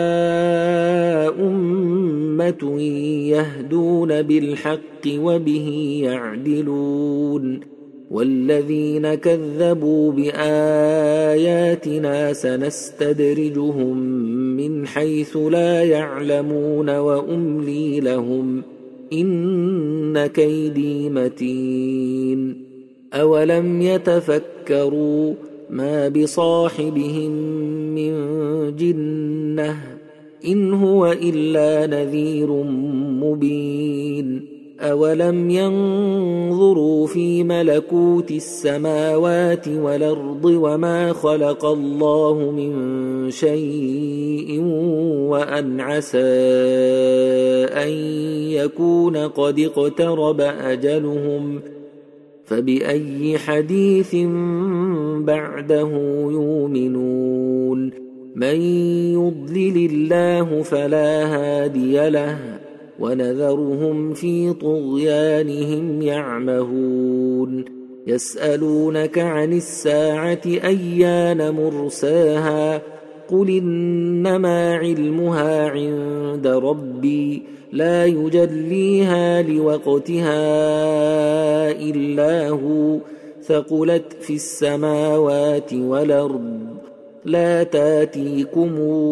أمة يهدون بالحق وبه يعدلون والذين كذبوا بآياتنا سنستدرجهم من حيث لا يعلمون وأملي لهم إن كيدي متين أولم يتفكروا ما بصاحبهم من جنة إن هو إلا نذير مبين أولم ينظروا في ملكوت السماوات والأرض وما خلق الله من شيء وأن عسى أن يكون قد اقترب أجلهم فبأي حديث بعده يؤمنون من يضلل الله فلا هادي له ونذرهم في طغيانهم يعمهون يسألونك عن الساعة أيان مرساها قل إنما علمها عند ربي لا يجليها لوقتها إلا هو ثقلت في السماوات والأرض لا تاتيكم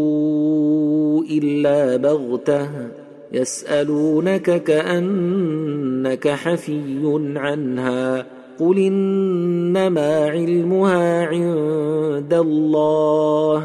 إلا بغتة يسألونك كأنك حفي عنها قل إنما علمها عند الله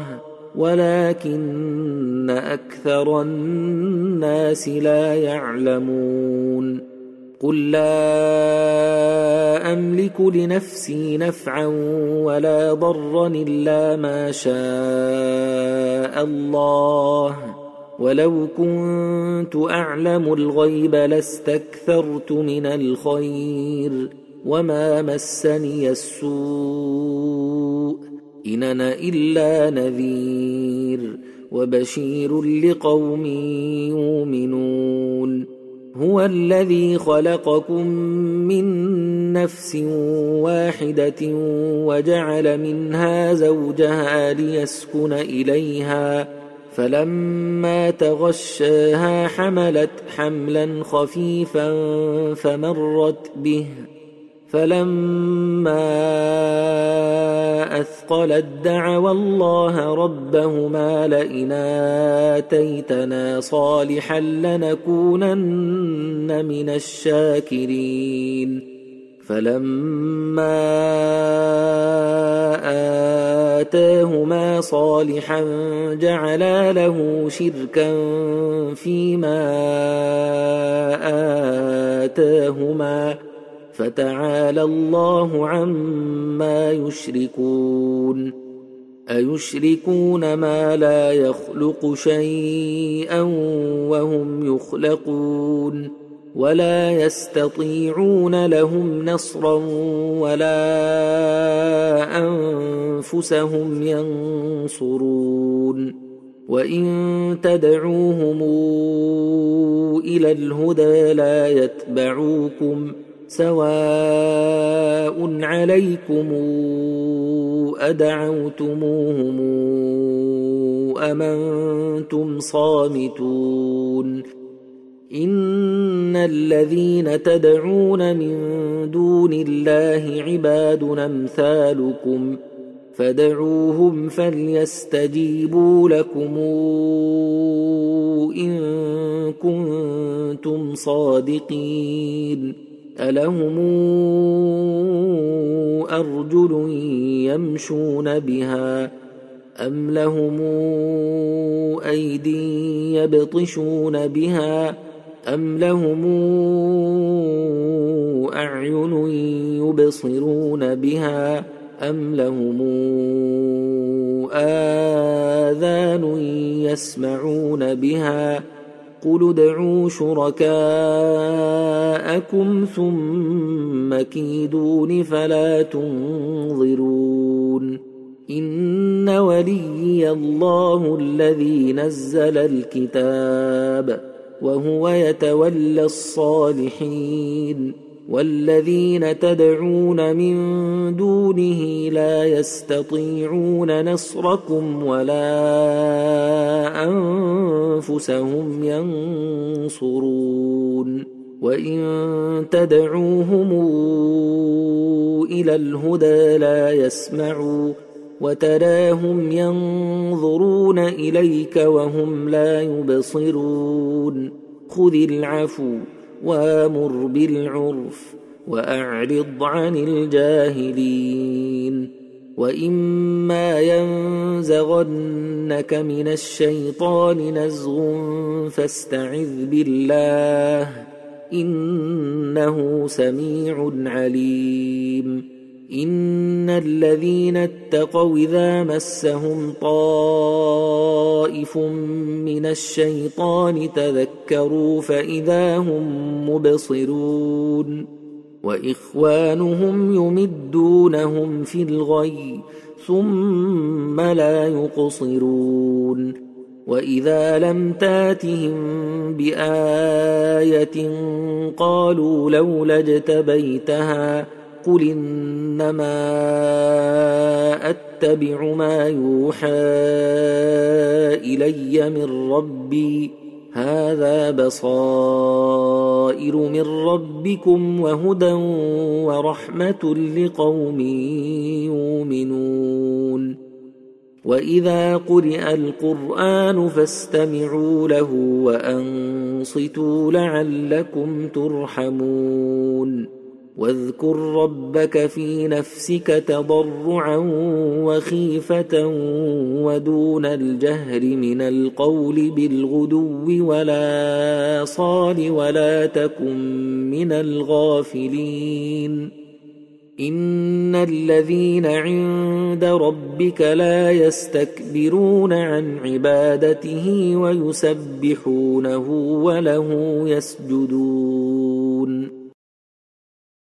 ولكن أكثر الناس لا يعلمون قل لا أملك لنفسي نفعا ولا ضرا إلا ما شاء الله ولو كنت أعلم الغيب لاستكثرت من الخير وما مسني السوء إن أنا إلا نذير وبشير لقوم يؤمنون هو الذي خلقكم من نفس واحدة وجعل منها زوجها ليسكن إليها فلما تغشاها حملت حملا خفيفا فمرت به فلما أثقلت دعوا الله ربهما لئن آتيتنا صالحا لنكونن من الشاكرين فلما آتاهما صالحا جعلا له شركا فيما آتاهما فتعالى الله عما يشركون أيشركون ما لا يخلق شيئا وهم يخلقون ولا يستطيعون لهم نصرا ولا أنفسهم ينصرون وإن تدعوهم إلى الهدى لا يتبعوكم سواء عليكم أدعوتموهم أم أنتم صامتون إن الذين تدعون من دون الله عباد أمثالكم فدعوهم فليستجيبوا لكم إن كنتم صادقين ألهم أرجل يمشون بها أم لهم أيدي يبطشون بها أم لهم أعين يبصرون بها أم لهم آذان يسمعون بها قل ادعوا شركاءكم ثم كيدون فلا تنظرون إن وليي الله الذي نزل الكتاب وهو يتولى الصالحين والذين تدعون من دونه لا يستطيعون نصركم ولا أنفسهم ينصرون وإن تدعوهم إلى الهدى لا يسمعوا وتراهم ينظرون إليك وهم لا يبصرون خذ العفو وامر بالعرف وأعرض عن الجاهلين وإما ينزغنك من الشيطان نزغ فاستعذ بالله إنه سميع عليم إن الذين اتقوا إذا مسهم طائف من الشيطان تذكروا فإذا هم مبصرون وإخوانهم يمدونهم في الغي ثم لا يقصرون وإذا لم تاتهم بآية قالوا لولا اجتبيتها قل إنما أتبع ما يوحى إلي من ربي هذا بصائر من ربكم وهدى ورحمة لقوم يؤمنون وإذا قرئ القرآن فاستمعوا له وأنصتوا لعلكم ترحمون واذكر ربك في نفسك تضرعا وخيفة ودون الجهر من القول بالغدو ولا صال ولا تكن من الغافلين إن الذين عند ربك لا يستكبرون عن عبادته ويسبحونه وله يسجدون